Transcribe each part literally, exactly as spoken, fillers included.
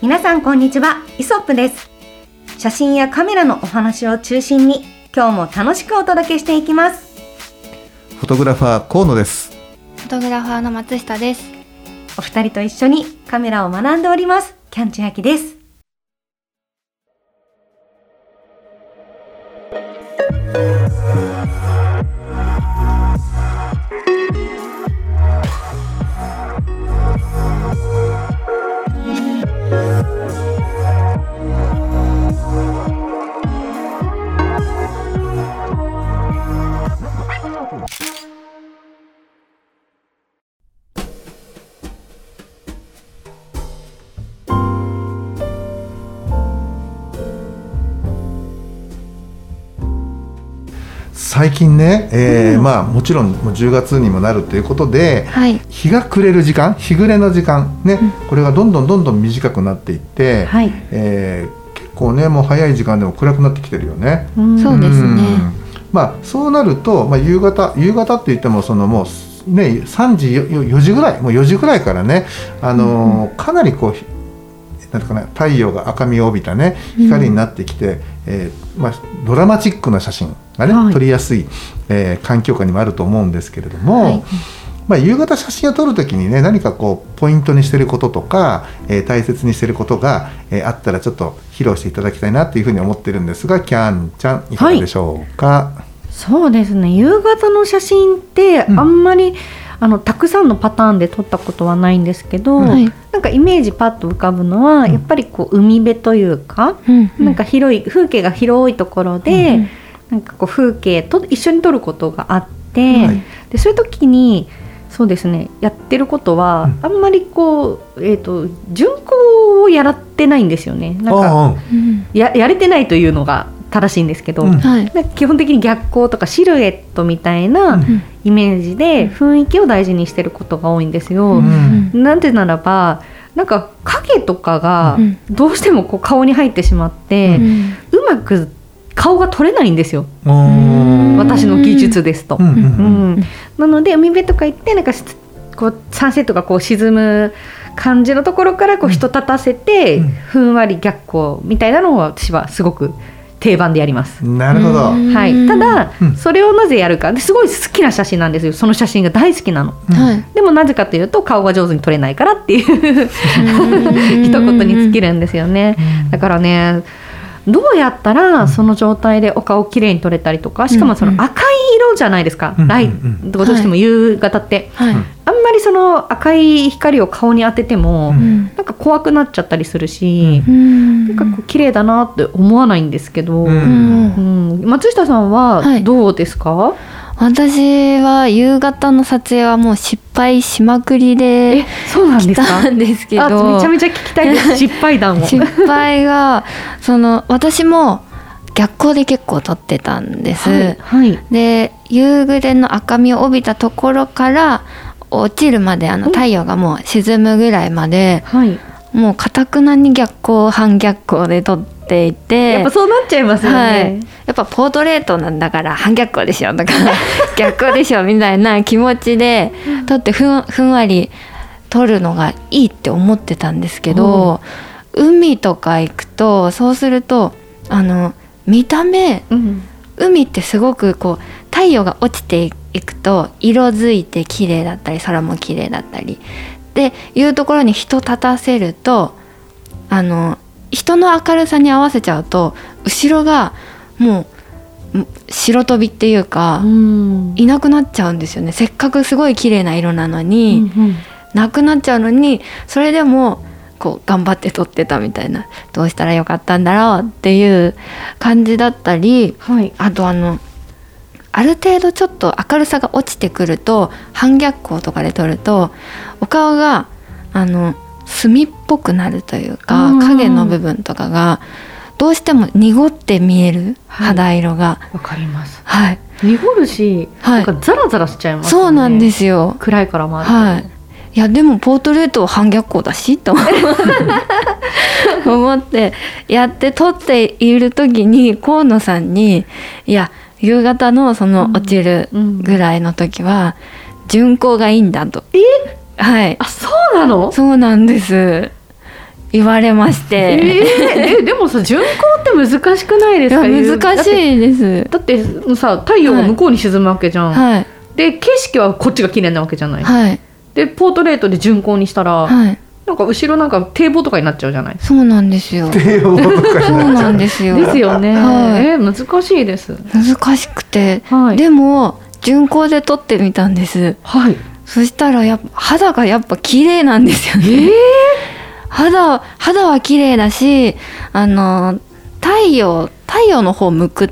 皆さんこんにちは、イソップです。写真やカメラのお話を中心に今日も楽しくお届けしていきます。 フォトグラファー河野です。 フォトグラファーの松下です。 お二人と一緒にカメラを学んでおりますキャンチャキです。 最近ね、えーうんまあ、もちろんもうじゅうがつにもなるということで、はい、日が暮れる時間、日暮れの時間、ねうん、これがどんどんどんどん短くなっていって、はいえー、結構ねもう早い時間でも暗くなってきてるよね。 うん、そうですね。 まあ、そうなると、まあ、夕方夕方って言ってもそのもう、ね、さんじよじぐらいもうよじぐらいからね、あのーうん、かなりこうなんていうかな、太陽が赤みを帯びたね光になってきて、うんえーまあ、ドラマチックな写真がね、はい、撮りやすい、えー、環境下にもあると思うんですけれども、はいまあ、夕方写真を撮るときにね何かこうポイントにしていることとか、えー、大切にしていることが、えー、あったらちょっと披露していただきたいなというふうに思ってるんですが、キャンちゃんいかがでしょうか。はい、 そうですね、夕方の写真ってあんまり、うんあのたくさんのパターンで撮ったことはないんですけど、はい、なんかイメージパッと浮かぶのは、うん、やっぱりこう海辺というか、うんうん、なんか広い風景が広いところで、うん、なんかこう風景と一緒に撮ることがあって、はい、でそういう時にそうですねやってることは、うん、あんまりこう、えーと、巡光をやってないんですよね。なんか や, やれてないというのが正しいんですけど、うん、基本的に逆光とかシルエットみたいなイメージで雰囲気を大事にしてることが多いんですよ。うん、なんてならばなんか影とかがどうしてもこう顔に入ってしまって、うん、うまく顔が撮れないんですよ、うん、私の技術ですと、うんうん、なので海辺とか行ってなんかこうサンセットがこう沈む感じのところからこう人立たせて、うん、ふんわり逆光みたいなのを私はすごく定番でやります。 なるほど、 はい、ただ、うん、それをなぜやるかですごい好きな写真なんですよ。その写真が大好きなの、うん、でもなぜかというと顔が上手に撮れないからっていう一言に尽きるんですよね。だからねどうやったらその状態でお顔をきれいに撮れたりとか、しかもその赤い色じゃないですか、うん、ライトどうしても夕方って、はいはい、あんまりその赤い光を顔に当てても、うん、なんか怖くなっちゃったりするし、うん、なんかこう綺麗だなって思わないんですけど、うんうん、松下さんはどうですか？はい、 私は夕方の撮影はもう失敗しまくりで来たんですけど、 あ、めちゃめちゃ聞きたいです失敗談を。 失敗がその私も逆光で結構撮ってたんです、はいはい、で夕暮れの赤みを帯びたところから落ちるまであの太陽がもう沈むぐらいまで、はい、もう堅くなに逆光半逆光で撮っていて、 やっぱそうなっちゃいますよね、はい、 やっぱポートレートなんだから半逆光でしょとか逆光でしょみたいな気持ちで撮ってふん、ふんわり撮るのがいいって思ってたんですけど、うん、海とか行くとそうするとあの見た目、うん、海ってすごくこう太陽が落ちていくと色づいて綺麗だったり空も綺麗だったりっていうところに人立たせるとあの人の明るさに合わせちゃうと後ろがもう白飛びっていうか、うん、いなくなっちゃうんですよね。せっかくすごい綺麗な色なのに、うんうん、なくなっちゃうのにそれでもこう頑張って撮ってたみたいな、どうしたらよかったんだろうっていう感じだったり、はい、あとあのある程度ちょっと明るさが落ちてくると半逆光とかで撮るとお顔があの墨っぽくなるというか影の部分とかがどうしても濁って見える肌色が、 わ、はい、かります、 はい、 濁るし、はい、なんかザラザラしちゃいますよね。 そうなんですよ。 暗いからもあるけど、 はい、いやでもポートレートは半逆光だしと思ってやって撮っている時に河野さんにいや夕方のその落ちるぐらいの時は巡光がいいんだと、 えはい、 あそうなの？ そうなんです。 言われまして、 えー、でもさ巡光って難しくないですか？ いや難しいです。 だってだってさ太陽が向こうに沈むわけじゃん、 はい、 で景色はこっちが綺麗なわけじゃない、 はい、 でポートレートで巡光にしたら、はい、なんか後ろなんか堤防とかになっちゃうじゃない。 そうなんですよ。 堤防とかになっちゃう。 そうなんですよ。 ですよね、 はい、 えー、難しいです。 難しくて、はい、でも巡光で撮ってみたんです。 はい。 そしたらやっぱ肌がやっぱ綺麗なんですよね、えー、肌, 肌は綺麗だし、あの太陽太陽の方向くって、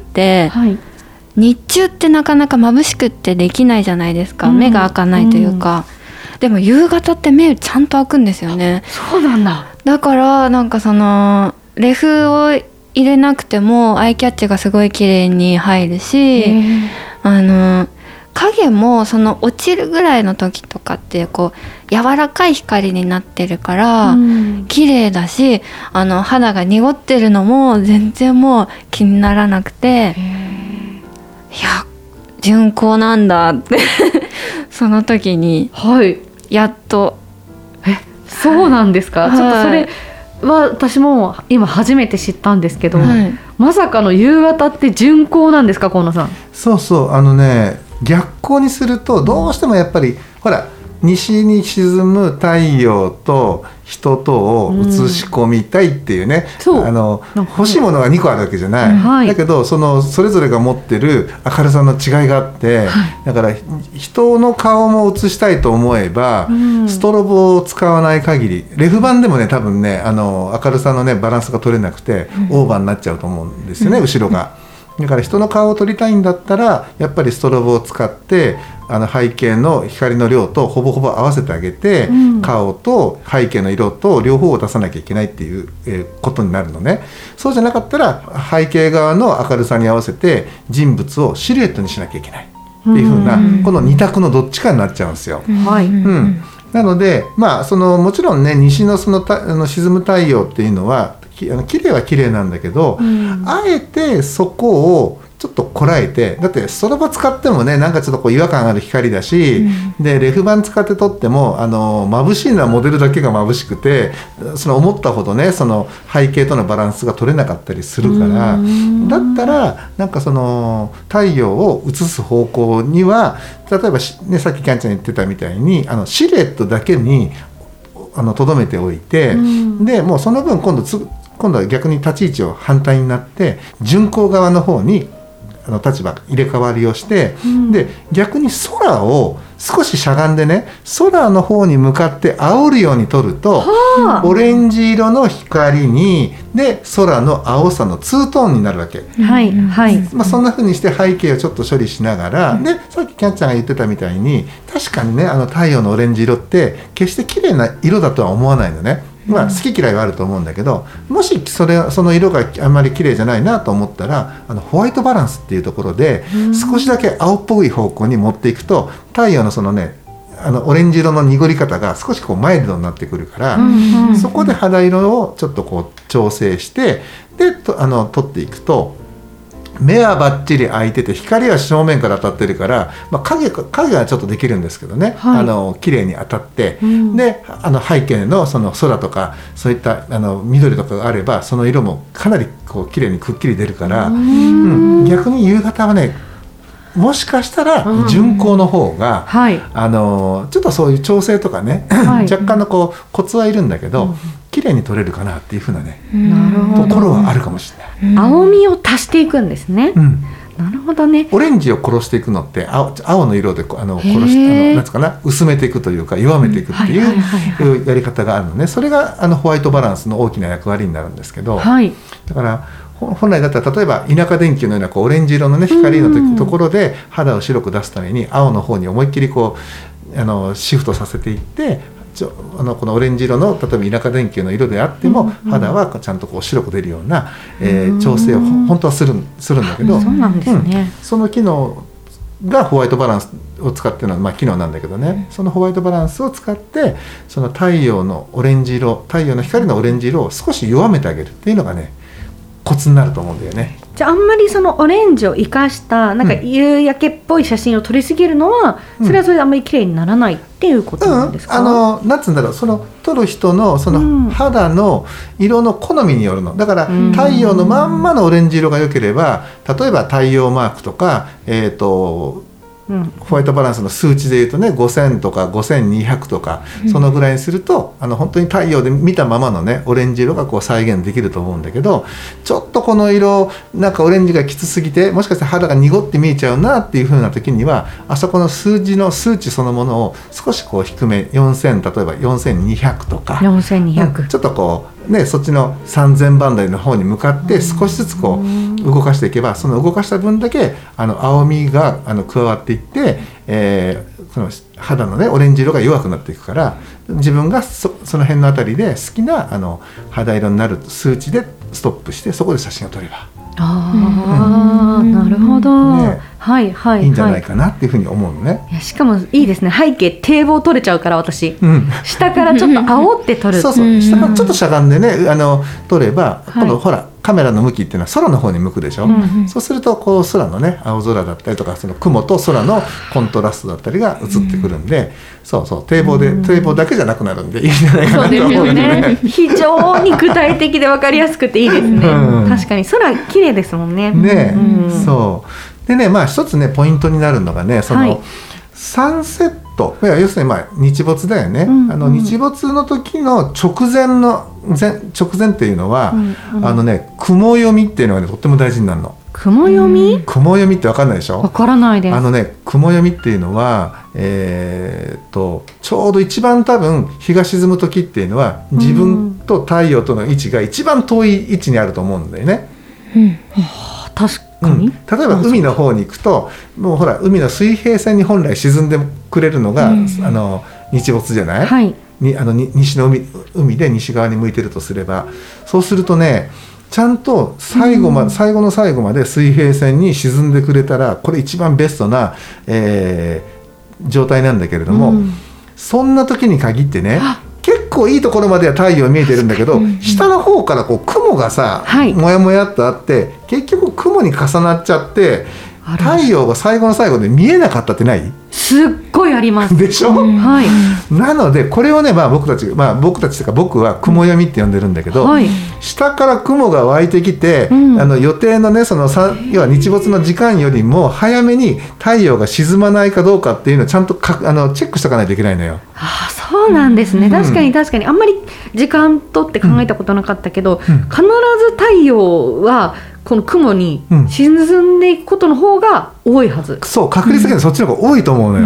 はい、日中ってなかなか眩しくってできないじゃないですか、うん、目が開かないというか、うん、でも夕方って目ちゃんと開くんですよね。 そうなんだ。 だからなんかそのレフを入れなくてもアイキャッチがすごい綺麗に入るし、あの影もその落ちるぐらいの時とかってこう柔らかい光になってるから綺麗だし、あの肌が濁ってるのも全然もう気にならなくて、いや巡光なんだってその時にやっと、 はい、えそうなんですか、はい、ちょっとそれは私も今初めて知ったんですけど、はい、まさかの夕方って巡光なんですか河野さん。 そうそう、あのね逆光にするとどうしてもやっぱりほら西に沈む太陽と人とを映し込みたいっていうね、うん、あの欲しいものがにこあるわけじゃない、はい、だけどそのそれぞれが持ってる明るさの違いがあって、はい、だから人の顔も映したいと思えば、うん、ストロボを使わない限りレフ板でもね多分ねあの明るさのねバランスが取れなくて、うん、オーバーになっちゃうと思うんですよね、うん、後ろが。だから人の顔を撮りたいんだったらやっぱりストロボを使ってあの背景の光の量とほぼほぼ合わせてあげて、うん、顔と背景の色と両方を出さなきゃいけないっていう、えー、ことになるのね。そうじゃなかったら背景側の明るさに合わせて人物をシルエットにしなきゃいけないっていう風な、うん、この二択のどっちかになっちゃうんですよ、 はい、 うんなので、まあ、そのもちろんね西のそのたあの沈む太陽っていうのはきあの綺麗は綺麗なんだけど、うん、あえてそこをちょっとこらえて、だってストロボ使ってもねなんかちょっとこう違和感ある光だし、うん、でレフ板使って撮ってもあの眩しいのはモデルだけが眩しくてその思ったほどねその背景とのバランスが取れなかったりするから、だったらなんかその太陽を映す方向には例えば、ね、さっきキャンちゃん言ってたみたいにあのシルエットだけにあの留めておいて、うん、でもうその分今度つ今度は逆に立ち位置を反対になって巡光側の方にあの立場入れ替わりをして、うん、で逆に空を少ししゃがんでね空の方に向かって煽るように撮ると、はあ、オレンジ色の光にで空の青さのツートーンになるわけ、 はいはいまあ、そんな風にして背景をちょっと処理しながら、うん、でさっきキャッチャーが言ってたみたいに確かにねあの太陽のオレンジ色って決して綺麗な色だとは思わないのね。まあ、好き嫌いはあると思うんだけど、もしそれその色があんまり綺麗じゃないなと思ったらあのホワイトバランスっていうところで少しだけ青っぽい方向に持っていくと太陽のそのねあのオレンジ色の濁り方が少しこうマイルドになってくるから、うんうん、そこで肌色をちょっとこう調整してでとあの取っていくと目はバッチリ開いてて光は正面から当たってるから、まあ、影, 影はちょっとできるんですけどね、はい、あの綺麗に当たって、うん、であの背景 の, その空とかそういったあの緑とかがあればその色もかなりこう綺麗にくっきり出るから、うんうん、逆に夕方はねもしかしたら巡光の方が、うんはい、あのちょっとそういう調整とかね、はい、若干のこうコツはいるんだけど、うん綺麗に撮れるかなっていう風なねなるほどところはあるかもしれない。 青みを足していくんですね、うん、なるほどね。 オレンジを殺していくのって 青, 青の色であの殺しあのなんつかな薄めていくというか弱めていくっていうやり方があるのね。それがあのホワイトバランスの大きな役割になるんですけど、はい、だから本来だったら例えば田舎電球のようなこうオレンジ色の、ね、光のところで肌を白く出すために青の方に思いっきりこうあのシフトさせていってちょあのこのオレンジ色の例えば田舎電球の色であっても、うんうん、肌はちゃんとこう白く出るような、えー、調整を本当はする、するんだけど、 そうなんですね、 うん、その機能がホワイトバランスを使ってのは、まあ、機能なんだけどね、そのホワイトバランスを使ってその太陽のオレンジ色太陽の光のオレンジ色を少し弱めてあげるっていうのがねコツになると思うんだよね。 じゃああんまりそのオレンジを生かしたなんか夕焼けっぽい写真を撮りすぎるのは、うん、それはそれであんまり綺麗にならないっていうことなんですか？ うん、あのなんつうんだろう、その撮る人のその肌の色の好みによるのだから、うん、太陽のまんまのオレンジ色が良ければ、例えば太陽マークとか、えーとうん、ホワイトバランスの数値でいうとねごせんとかごせんにひゃくとか、うん、そのぐらいにするとあの本当に太陽で見たままのねオレンジ色がこう再現できると思うんだけど、ちょっとこの色なんかオレンジがきつすぎてもしかして肌が濁って見えちゃうなっていう風な時には、あそこの数字の数値そのものを少しこう低めよんせん、例えばよんせんにひゃくとかよんせんにひゃく、 うん、ちょっとこうね、そっちのさんぜんばん台の方に向かって少しずつこう動かしていけば、その動かした分だけあの青みがあの加わっていって、えー、その肌のねオレンジ色が弱くなっていくから、自分が そ, その辺のあたりで好きなあの肌色になる数値でストップしてそこで写真を撮れば、 ああ、うん、なるほど、ね、はいはいはい、 いいんじゃないかなっていうふうに思うのね。 いやしかもいいですね、背景堤防取れちゃうから私、うん、下からちょっと煽って撮るそうそう、下からちょっとしゃがんでねあの撮れば、今度ほらカメラの向きっていうのは空の方に向くでしょ、うんうん、そうするとこう空のね青空だったりとかその雲と空のコントラストだったりが映ってくるんで、うん、そうそう堤防で、うん、堤防だけじゃなくなるんでいいんじゃないかなと思うんで、ね、 そうですよね非常に具体的で分かりやすくていいですね、うん、確かに空綺麗ですもんね。 ね、うん、そうでね、まあ一つねポイントになるのがね、その、はい、サンセット、いや要するにまあ日没だよね、うんうん、あの日没の時の直前の前直前っていうのは、うんうん、あのね雲読みっていうのがねとっても大事になるの。 雲読み？ 雲読みって分かんないでしょ？ 分からないです。 あのね雲読みっていうのは、えー、とちょうど一番多分日が沈む時っていうのは自分と太陽との位置が一番遠い位置にあると思うんだよね、うん、 はあ、確かに、うん、 例えば海の方に行くともうほら海の水平線に本来沈んでくれるのが、うん、あの日没じゃない、はい、にあのに西の 海, 海で西側に向いてるとすれば、そうするとねちゃんと最後、まうん、最後の最後まで水平線に沈んでくれたらこれ一番ベストな、えー、状態なんだけれども、うん、そんな時に限ってね結構いいところまでは太陽見えてるんだけど、うん、下の方からこう雲がさ、はい、もやもやっとあって結局雲に重なっちゃって太陽が最後の最後で見えなかったってない？ すっごいありますでしょ、うん、はい、なのでこれをね、まあ、僕たち、まあ、僕たちとか僕は雲読みって呼んでるんだけど、はい、下から雲が湧いてきて、うん、あの予定のねその要は日没の時間よりも早めに太陽が沈まないかどうかっていうのをちゃんとかあのチェックしておかないといけないのよ。 ああ、そうなんですね、うん、確かに確かにあんまり時間とって考えたことなかったけど、うん、必ず太陽はこの雲に沈んでいくことの方が多いはず、 うん、そう確率的にそっちの方が多いと思うのよ、うん、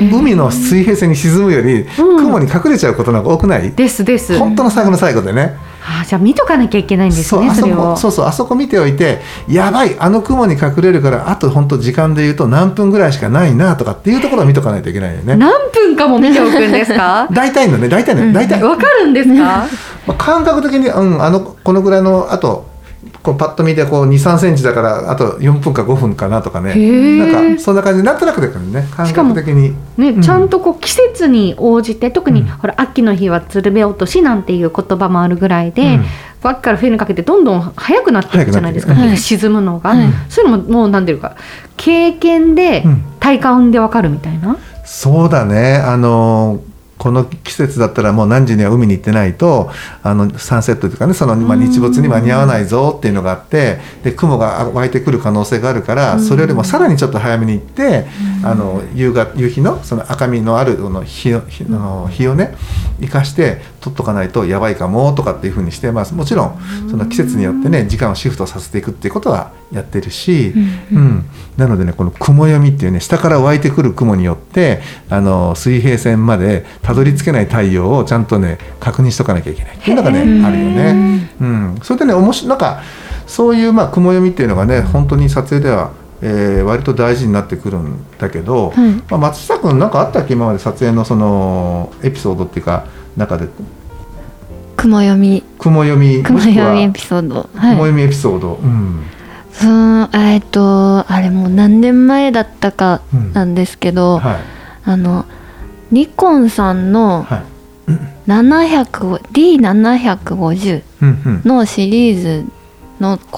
海の水平線に沈むより、うん、雲に隠れちゃうことの方が多くない？ ですです。 本当の最後の最後でね、 あ、じゃあ見とかなきゃいけないんですね。 そう、それをそうそうあそこ見ておいて、やばいあの雲に隠れるからあと本当時間で言うと何分ぐらいしかないなとかっていうところを見とかないといけないよね。 何分かも見ておくんですか？ 大体のね大体の、うん、大体分かるんですか？ まあ、感覚的に、うん、あのこのぐらいのあとこうパッと見てこう にさんセンチだからあとよんぷんかごふんかなとかね、なんかそんな感じでなんとなくだからね感覚的にね、うん、ちゃんとこう季節に応じて特に、うん、ほら秋の日は鶴瓶落としなんていう言葉もあるぐらいで、うん、秋から冬にかけてどんどん早くなっていくじゃないですか、日が沈むのが、はい、そういうのももう何ていうか経験で体感で分かるみたいな、うん、 そうだね、あのこの季節だったらもう何時には海に行ってないとあのサンセットというかねその、まあ、日没に間に合わないぞっていうのがあってで雲が湧いてくる可能性があるからそれよりもさらにちょっと早めに行ってあの 夕, が夕日のその赤みのあるの 日, 日, の日をね生かして撮っとかないとやばいかもとかっていう風にして、まあ、もちろんその季節によってね時間をシフトさせていくっていうことはやってるし、うんうん、なのでねこの雲読みっていうね下から湧いてくる雲によってあの水平線までたどり着けない太陽をちゃんとね確認しとかなきゃいけないっていうのがねあるよね、うん、それでね面白いなんかそういうまあ雲読みっていうのがね本当に撮影では、えー、割と大事になってくるんだけど、はいまあ、松下君なんかあったっけ今まで撮影のそのエピソードっていうか中で雲読み雲読み雲読みエピソード、はい、 雲読みエピソード、うん、 そうえっとあれもう何年前だったかなんですけど、うんはい、あのニコンさんの ななひゃく、ディーななひゃくごじゅう のシリーズの高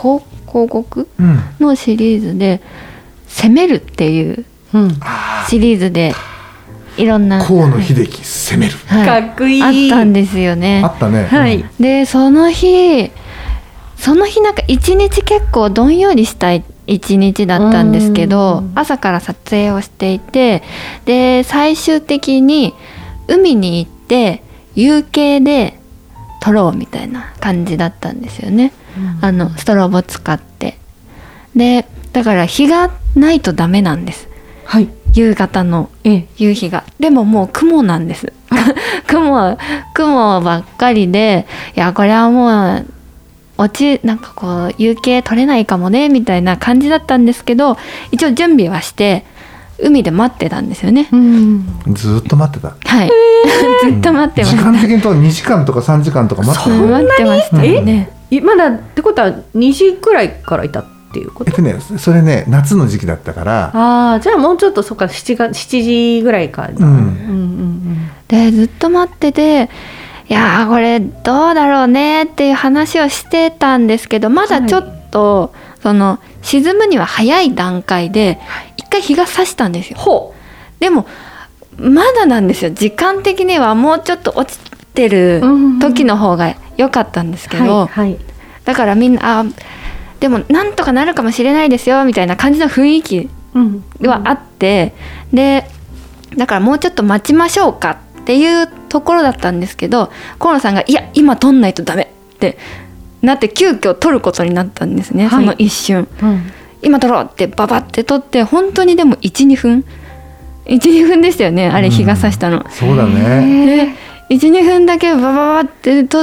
広告のシリーズで攻めるっていうシリーズでいろんな河野秀樹攻める、 はい、かっこいいあったんですよね。 あったね、 はい、 でその日その日なんか一日結構どんよりした一日だったんですけど、朝から撮影をしていて、で最終的に海に行って夕景で撮ろうみたいな感じだったんですよね、うん、あのストロボ使って。でだから日がないとダメなんです、 はい、 夕方の夕日が。でももう雲なんです雲雲ばっかりで、いやこれはもう落ちなんかこう夕景撮れないかもねみたいな感じだったんですけど、一応準備はして海で待ってたんですよね、うん、 ずっと待ってた。 はい、ずっと待ってました。 時間的にとにじかんとかさんじかんとか待ってた。 待ってましたね。 えまだってことはにじくらいからいたっていうこと？ えっとね、それね夏の時期だったから。 ああ、じゃあもうちょっとそっか、しちじぐらいか、うんうんうんうん、 でずっと待ってて、いやこれどうだろうねっていう話をしてたんですけど、まだちょっと、はい、その沈むには早い段階で一回日が差したんですよ。 ほうでもまだなんですよ。時間的にはもうちょっと落ちてる時の方が良かったんですけど、 はいはい、 だからみんなあでもなんとかなるかもしれないですよみたいな感じの雰囲気はあって、うん、でだからもうちょっと待ちましょうかっていうところだったんですけど、河野さんがいや今撮んないとダメってなって急遽撮ることになったんですね、はい、その一瞬、うん、今撮ろうってババって撮って、本当にでも いちにふんいちにふんでしたよね、あれ日が差したの、うん、 そうだね。 で いちにふんだけバババって撮って、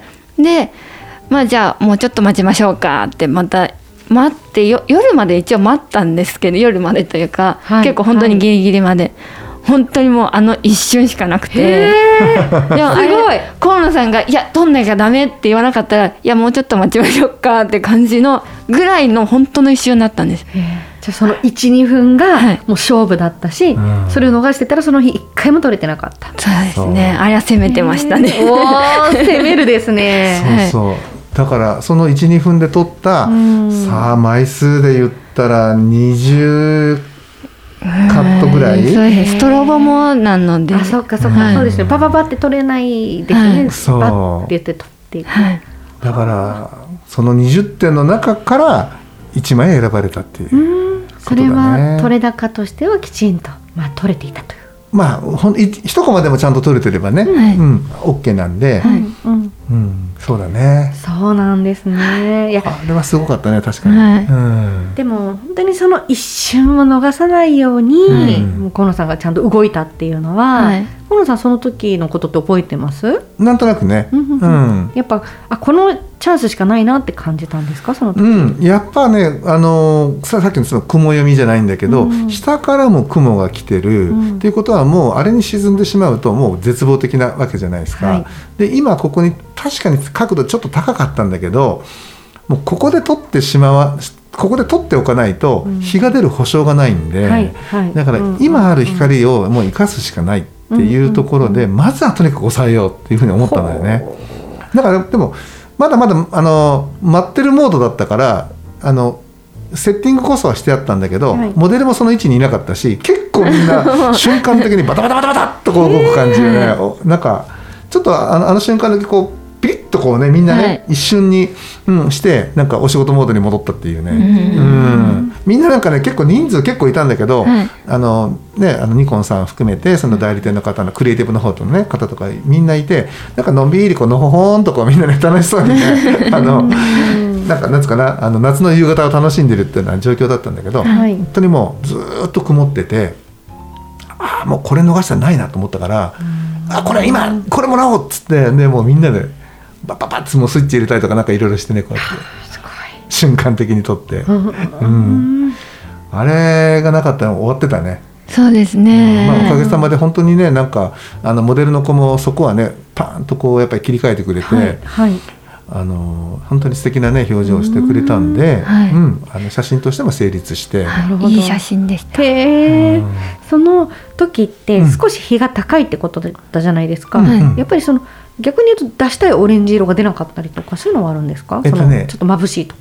でまあじゃあもうちょっと待ちましょうかってまた待ってよ、夜まで一応待ったんですけど、夜までというか、はい、結構本当にギリギリまで、はい、本当にもうあの一瞬しかなくて、でもあれすごい河野さんがいや撮んなきゃダメって言わなかったら、いやもうちょっと待ちましょうかって感じのぐらいの本当の一瞬だったんです。 じゃあその いちにふんがもう勝負だったし、はい、それを逃してたらその日一回も撮れてなかった。 そうですね、あれは攻めてましたね。 おー攻めるですね。 そうそう、だからその いちにふんで撮ったさあ枚数で言ったらにじゅうカットぐらい。 そうです、ストロボもなので。 あ、そっかそっか、はい、そうですね、パパパって撮れないですね、はい、 そうパッって言って撮っていく、はい、 だからそのにじゅってんの中からいちまい選ばれたっていうことだね。 うん、それは撮れ高としてはきちんと、まあ、撮れていたという、 まあほん一コマでもちゃんと撮れてればね、はい、うん、OK なんで、はい、うんうん、そうだね。 そうなんですね。いやあれはすごかったね、確かに、はい、うん、 でも本当にその一瞬を逃さないように、うん、河野さんがちゃんと動いたっていうのは、はい、河野さんその時のことって覚えてます？ なんとなくね、うんうん、 やっぱあこのチャンスしかないなって感じたんですか、その時？ うん、やっぱね、あのさっきのその雲読みじゃないんだけど、うん、下からも雲が来てる、うん、っていうことはもうあれに沈んでしまうともう絶望的なわけじゃないですか、はい、で今ここに確かに角度ちょっと高かったんだけど、もうここで撮ってしまわここで撮っておかないと日が出る保証がないんで、うんはいはい、だから今ある光をもう生かすしかないっていうところで、まずはとにかく抑えようっていうふうに思ったんだよね。だからでもまだまだあの待ってるモードだったから、あのセッティングこそはしてあったんだけど、はい、モデルもその位置にいなかったし、結構みんな瞬間的にバタバタバタバタっとこう動く感じでね、なんかちょっとあの、あの瞬間だけこうピリッとこうね、みんなね、はい、一瞬に、うん、してなんかお仕事モードに戻ったっていうね、うんうんみんななんかね結構人数結構いたんだけど、はい、あのね、あのニコンさん含めてその代理店の方のクリエイティブの方との、ね、方とかみんないて、なんかのんびりこうのほほんとこうみんなね楽しそうにねあのなんかなんつかな、あの夏の夕方を楽しんでるっていうような状況だったんだけど、はい、本当にもうずっと曇ってて、あもうこれ逃したらないなと思ったから、あこれ今これもらおうっつって、ね、もうみんなでバッバッバッツもうスイッチ入れたりとかなんかいろいろしてね、こうやってすごい瞬間的に撮って、うん、あれがなかったら終わってたね。 そうですね、 まあ、おかげさまで本当にね、なんかあのモデルの子もそこはねパーンとこうやっぱり切り替えてくれて、はいはい、あの本当に素敵なね表情をしてくれたんで、うん、はいうん、あの写真としても成立して、 いい写真でした。 へー、その時って少し日が高いってことだったじゃないですか、うん、やっぱりその逆に言うと出したいオレンジ色が出なかったりとかそういうのはあるんですか？ えっとね、 そのちょっと眩しいとか。 う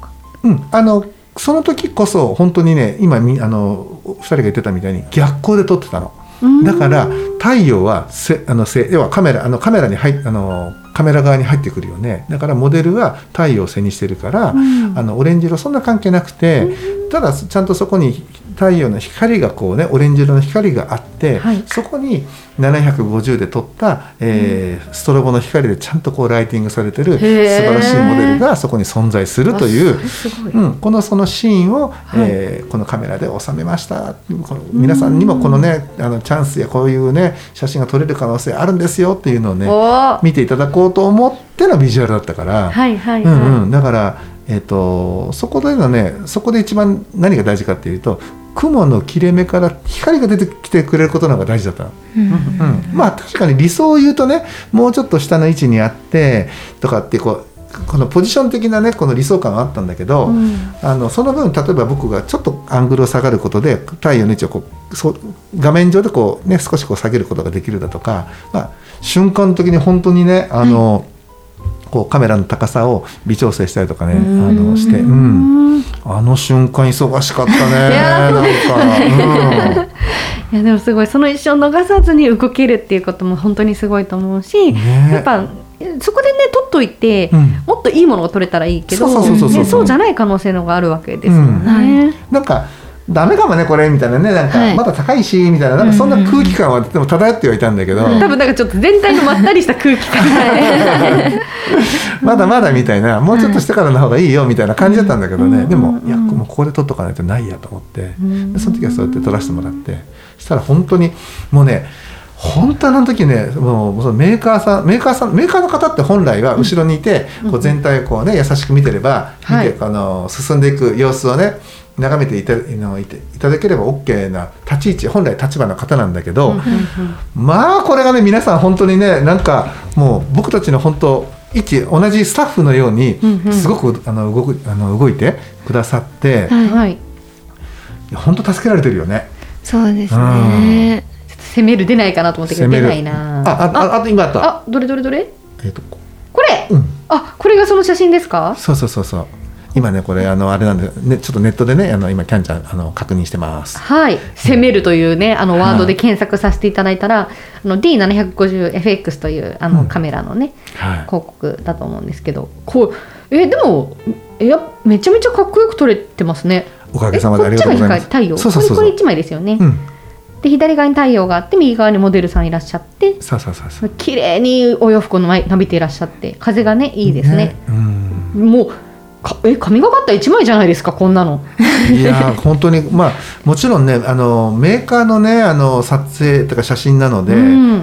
うん、あのその時こそ本当にね今あのふたりが言ってたみたいに逆光で撮ってたの。だから太陽はせあのせ要はカメラあのカメラに入あのカメラ側に入ってくるよね。だからモデルは太陽を背にしてるから、うん、あのオレンジ色そんな関係なくて、うん、ただちゃんとそこに太陽の光がこうねオレンジ色の光があって、はい、そこにななひゃくごじゅうで撮った、えーうん、ストロボの光でちゃんとこうライティングされてる素晴らしいモデルがそこに存在するという、うん、このそのシーンを、はいえー、このカメラで収めました。この皆さんにもこのねあのチャンスやこういうね写真が撮れる可能性あるんですよっていうのをね見ていただこうと思ってのビジュアルだったから、はいはいはいうんうん、だから、えーと、そこでのねそこで一番何が大事かっていうと雲の切れ目から光が出てきてくれることの方が大事だったの、うんうん、まあ確かに理想を言うとねもうちょっと下の位置にあってとかってこうこのポジション的なねこの理想感はあったんだけど、うん、あのその分例えば僕がちょっとアングルを下がることで太陽の位置をこうそ画面上でこう、ね、少しこう下げることができるだとか、まあ、瞬間的に本当にねあの、はいこうカメラの高さを微調整したりとかねあのして、うん、あの瞬間忙しかったねなんか、 うん、いやでもすごいその一瞬逃さずに動けるっていうことも本当にすごいと思うし、ね、やっぱそこでね撮っといて、うん、もっといいものが撮れたらいいけどそうじゃない可能性のがあるわけですよね、うんはい、 なんかダメかもねこれみたいなねなんかまだ高いしみたいな、なんかそんな空気感はでも漂ってはいたんだけど、 うん、多分なんかちょっと全体のまったりした空気感まだまだみたいなもうちょっとしてからの方がいいよみたいな感じだったんだけどね、うん、でもいやもうここで撮っとかないとないやと思って、うん、でその時はそうやって撮らせてもらってそしたら本当にもうね本当あの時ねもうそのメーカーさんメーカーさんメーカーの方って本来は後ろにいて、うん、こう全体をこうね優しく見てれば見て、はい、あの進んでいく様子をね眺めていた、いただければ OK な立ち位置本来立場の方なんだけど、うんうんうん、まあこれがね皆さん本当にねなんかもう僕たちの本当一同じスタッフのようにすごくあの 動く、あの動いてくださって、はいはい、いや本当助けられてるよね。 そうですね、 うん、攻める出ないかなと思ったけど出ないなああああと今あったあどれどれどれ、 えー、とこれ、うん、あこれがその写真ですか。 そうそうそうそう今ねこれあのあれなんで、ね、ちょっとネットでねあの今キャンちゃんあの確認してます。 はい攻めるというねあのワードで検索させていただいたら、はい、あの ディーななひゃくごじゅうエフエックス というあのカメラのね、うんはい、広告だと思うんですけどこうえでもいやめちゃめちゃかっこよく撮れてますね。 おかげさまでありがとうございます。 こっちが太陽そうそうそうそうこれこれいちまいですよね、うん、で左側に太陽があって右側にモデルさんいらっしゃってそうそうそうそう綺麗にお洋服のなびていらっしゃって風がねいいですね、ねうん、もうえ神がかったいちまいじゃないですかこんなの。 いや本当にまあもちろんねあのメーカーのねあの撮影とか写真なので、うん、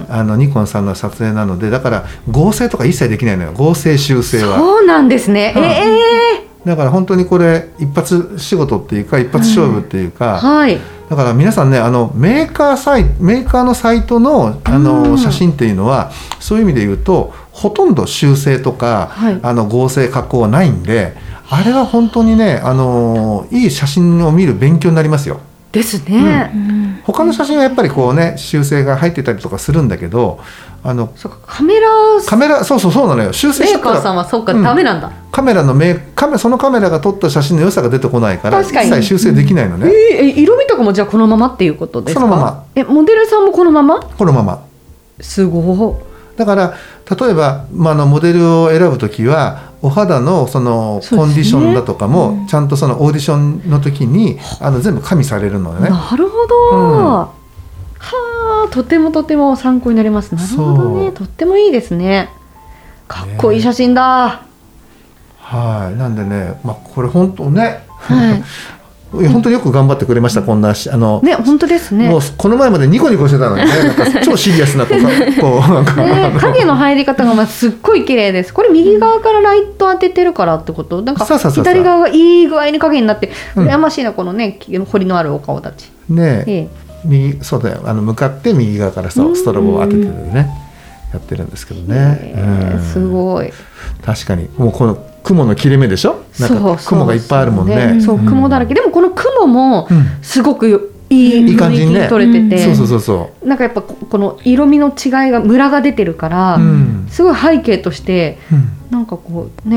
あのニコンさんの撮影なのでだから合成とか一切できないのよ合成修正は。 そうなんですね、うん、えー、だから本当にこれ一発仕事っていうか一発勝負っていうか、 うんはい、 だから皆さんねあのメーカーサイメーカーのサイトのあの、うん、写真っていうのはそういう意味で言うとほとんど修正とか、はい、あの合成加工はないんであれは本当にね、あのー、いい写真を見る勉強になりますよ。 ですね、 うん、他の写真はやっぱりこうね修正が入ってたりとかするんだけどあのそうかカメラカメラそうそうそうなのよ修正しちゃったらメーカーさんはそうか、うん、ダメなんだ。 カメラのメカメそのカメラが撮った写真の良さが出てこないから一切修正できないのね、うんえー、色味とかもじゃあこのままっていうことですか。 そのままえモデルさんもこのままこのまますごい。 だから例えば、まあ、あのモデルを選ぶときはお肌のそのコンディションだとかもちゃんとそのオーディションの時にあの全部加味されるのよね。 なるほど、うん、はあとてもとても参考になります。なるほどねとってもいいですね。かっこいい写真だ、ね、 はいなんでね、まあ、これ本当ね、はい本当によく頑張ってくれました、こんなあのね本当ですね。 もうこの前までニコニコしてたのにねなんか超シリアスなこうこうなんか、 ね、影の入り方がまあすっごい綺麗です。これ右側からライト当ててるからってことなんか左側がいい具合に影になって羨ましいな、うん、このね彫りのあるお顔たちねえ、ええ、右そうだよあの向かって右側からそうストロボを当ててるねやってるんですけどね、 えー、すごい確かにもうこの雲の切れ目でしょなんか雲がいっぱいあるもんね。 そう、雲だらけ、うん、でもこの雲もすごくいい雰囲気に撮れてて、 そうそうそうそうなんかやっぱこの色味の違いがムラが出てるから、うん、すごい背景として、うん、なんかこうね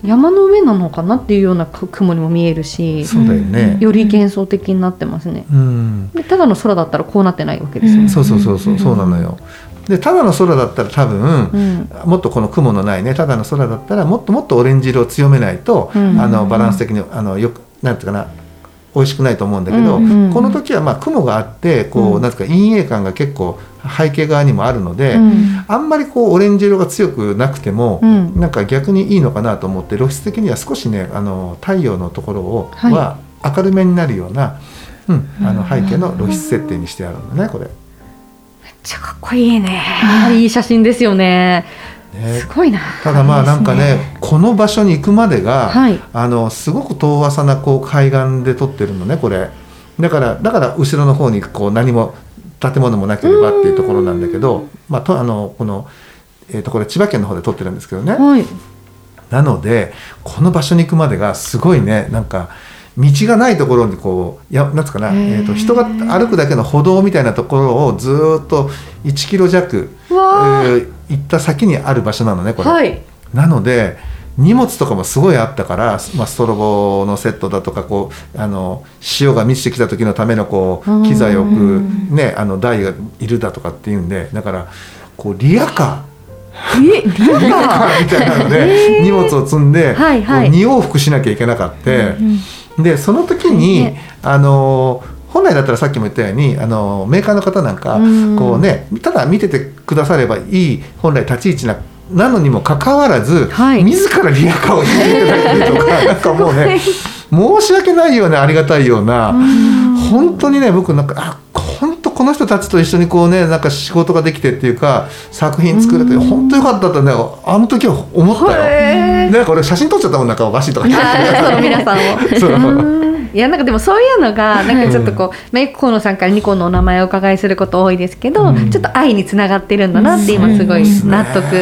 山の上なのかなっていうような雲にも見えるし、 そうだよね、 より幻想的になってますね、 うん、 でただの空だったらこうなってないわけですよね、うん、 そうそうそうそう、そうなのよ。でただの空だったら多分、うん、もっとこの雲のないねただの空だったらもっともっとオレンジ色を強めないと、うん、あのバランス的にあのよくなんていうかな美味しくないと思うんだけど、うんうん、この時はまあ雲があってこう、うん、なんていうか陰影感が結構背景側にもあるので、うん、あんまりこうオレンジ色が強くなくても、うん、なんか逆にいいのかなと思って露出的には少しねあの太陽のところを、はい、は明るめになるような、うん、あの背景の露出設定にしてあるんだねこれ。 めっちゃかっこいいねいい写真ですよね。ね、すごいな。 ただまあなんかねこの場所に行くまでが、はい、あのすごく遠浅なこう海岸で撮ってるのねこれだからだから後ろの方にこう何も建物もなければっていうところなんだけど、まあ、とあのこの、えー、とこれ千葉県の方で撮ってるんですけどね、はい、なのでこの場所に行くまでがすごいねなんか道がないところにこうやなんつうかな、えー、と人が歩くだけの歩道みたいなところをずっといちキロ弱、えー、行った先にある場所なのねこれ、はい、なので荷物とかもすごいあったから、まあ、ストロボのセットだとかこうあの潮が満ちてきた時のためのこう機材を置く、ね、あの台がいるだとかっていうんでだからこうリアカーえリアカーみたいなので荷物を積んで、はいはい、に往復しなきゃいけなかった、うんうん、でその時に、はい、あの本来だったらさっきも言ったようにあのメーカーの方なんかこう、ね、ただ見ててくださればいい本来立ち位置ななのにもかかわらず、はい、自らリアカーを引いていただいてるとかなんかもうね申し訳ないようなありがたいような本当にね僕なんかあ本当この人たちと一緒にこうねなんか仕事ができてっていうか作品作れて本当よかったってねあの時は思ったよ。なんか俺写真撮っちゃったもんなんかおかしいとか言ってその皆さんをそういやなんかでもそういうのがなんかちょっとこう、うん、メイク河野さんからニコンのお名前をお伺いすること多いですけど、うん、ちょっと愛につながってるんだなって今すごい納得、うん、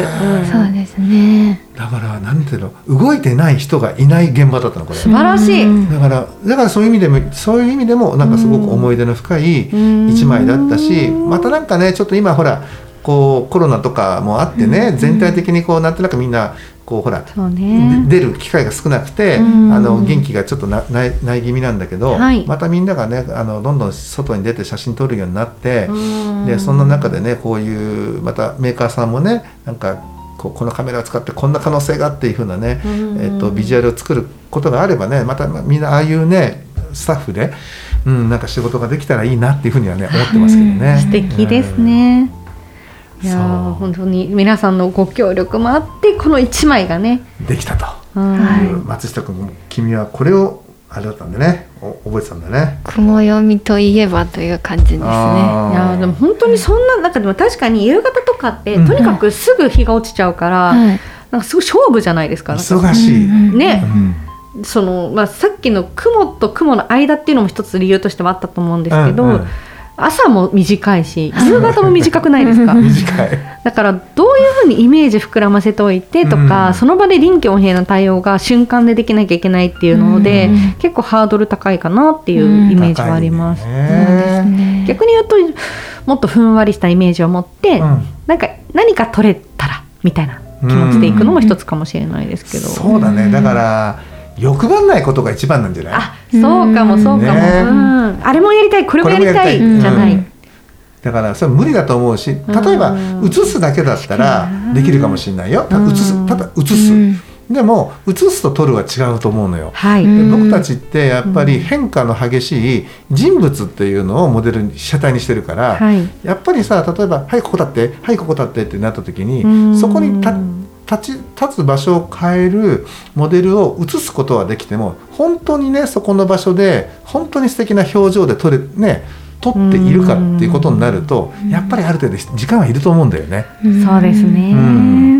そうですね。 だからなんていうの動いてない人がいない現場だったのこれ。 素晴らしい。 だからだからそういう意味でもそういう意味でもなんかすごく思い出の深い一枚だったし、またなんかねちょっと今ほらこうコロナとかもあってね、全体的にこうなんとなくみんなこうほらそう、ね、 出る機会が少なくて、あの元気がちょっとなないない気味なんだけど、はい、またみんながねあのどんどん外に出て写真撮るようになって、でそんな中でねこういうまたメーカーさんもねなんかこ, このカメラを使ってこんな可能性がっていう風なね、えっと、ビジュアルを作ることがあればねまたみんなああいうねスタッフで、うん、なんか仕事ができたらいいなっていう風にはね思ってますけどね。 素敵ですね。いや本当に皆さんのご協力もあってこのいちまいがねできたと、はい、松下君君はこれをあれだったんでね覚えてたんだね。 雲読みといえばという感じですね。いやでも本当にそんな中でも確かに夕方とかって、うん、とにかくすぐ日が落ちちゃうから、うん、なんかすごい勝負じゃないですか。 忙しいね、うん、そのまあ、さっきの雲と雲の間っていうのも一つ理由としてはあったと思うんですけど、うんうん、朝も短いし夕方も短くないですか短い。 だからどういうふうにイメージ膨らませておいてとか、うん、その場で臨機応変な対応が瞬間でできなきゃいけないっていうので、うん、結構ハードル高いかなっていうイメージはあります、うんね、逆に言うともっとふんわりしたイメージを持って、うん、なんか何か取れたらみたいな気持ちでいくのも一つかもしれないですけど、 うん、そうだね。だから欲張んないことが一番なんじゃない？ あ、そうかもそうかも、ね、うん、あれもやりたいこれもやりたいじゃない、うん、 だからそれ無理だと思うし、例えば写すだけだったらできるかもしれないよ。ただ写す、ただ写す、うん、でも写すと撮るは違うと思うのよ、はい、で僕たちってやっぱり変化の激しい人物っていうのをモデルに被写体にしてるから、はい、やっぱりさ例えばはいここ立ってはいここ立ってってなった時にそこに立立ち立つ場所を変えるモデルを写すことはできても本当にねそこの場所で本当に素敵な表情で撮れね撮っているかっていうことになるとやっぱりある程度時間はいると思うんだよね。 そうですね、うん、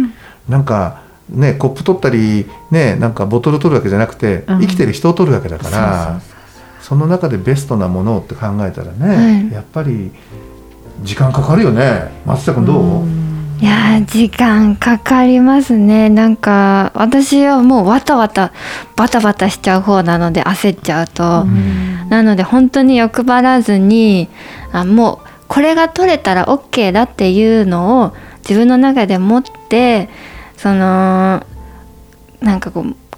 なんかねコップ取ったりねなんかボトル取るわけじゃなくて、うん、生きてる人を取るわけだから、そうそうそうそう、その中でベストなものって考えたらね、はい、やっぱり時間かかるよね。松下君どう？うん、 いや時間かかりますね。なんか私はもうわたわたバタバタしちゃう方なので焦っちゃうと、うん、なので本当に欲張らずにあもうこれが取れたら OK だっていうのを自分の中で持ってそのなんかこう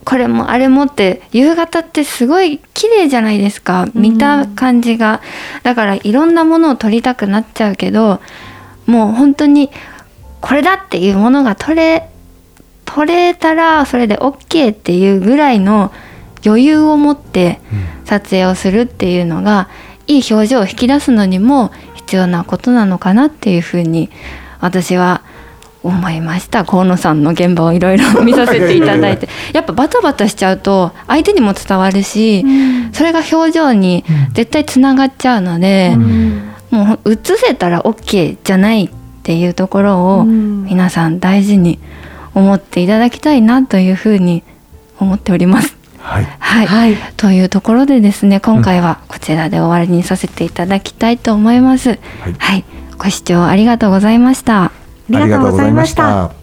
これもあれもって夕方ってすごい綺麗じゃないですか、見た感じが。だからいろんなものを撮りたくなっちゃうけど、もう本当にこれだっていうものが撮れ撮れたらそれで OK っていうぐらいの余裕を持って撮影をするっていうのが、いい表情を引き出すのにも必要なことなのかなっていうふうに私は思いました。河野さんの現場をいろいろ見させていただいてやっぱバタバタしちゃうと相手にも伝わるし、うん、それが表情に絶対つながっちゃうので、うん、もう映せたら OK じゃないっていうところを皆さん大事に思っていただきたいなというふうに思っております。 はいはいはい、というところでですね、今回はこちらで終わりにさせていただきたいと思います。はい、はい、ご視聴ありがとうございました。 ありがとうございました。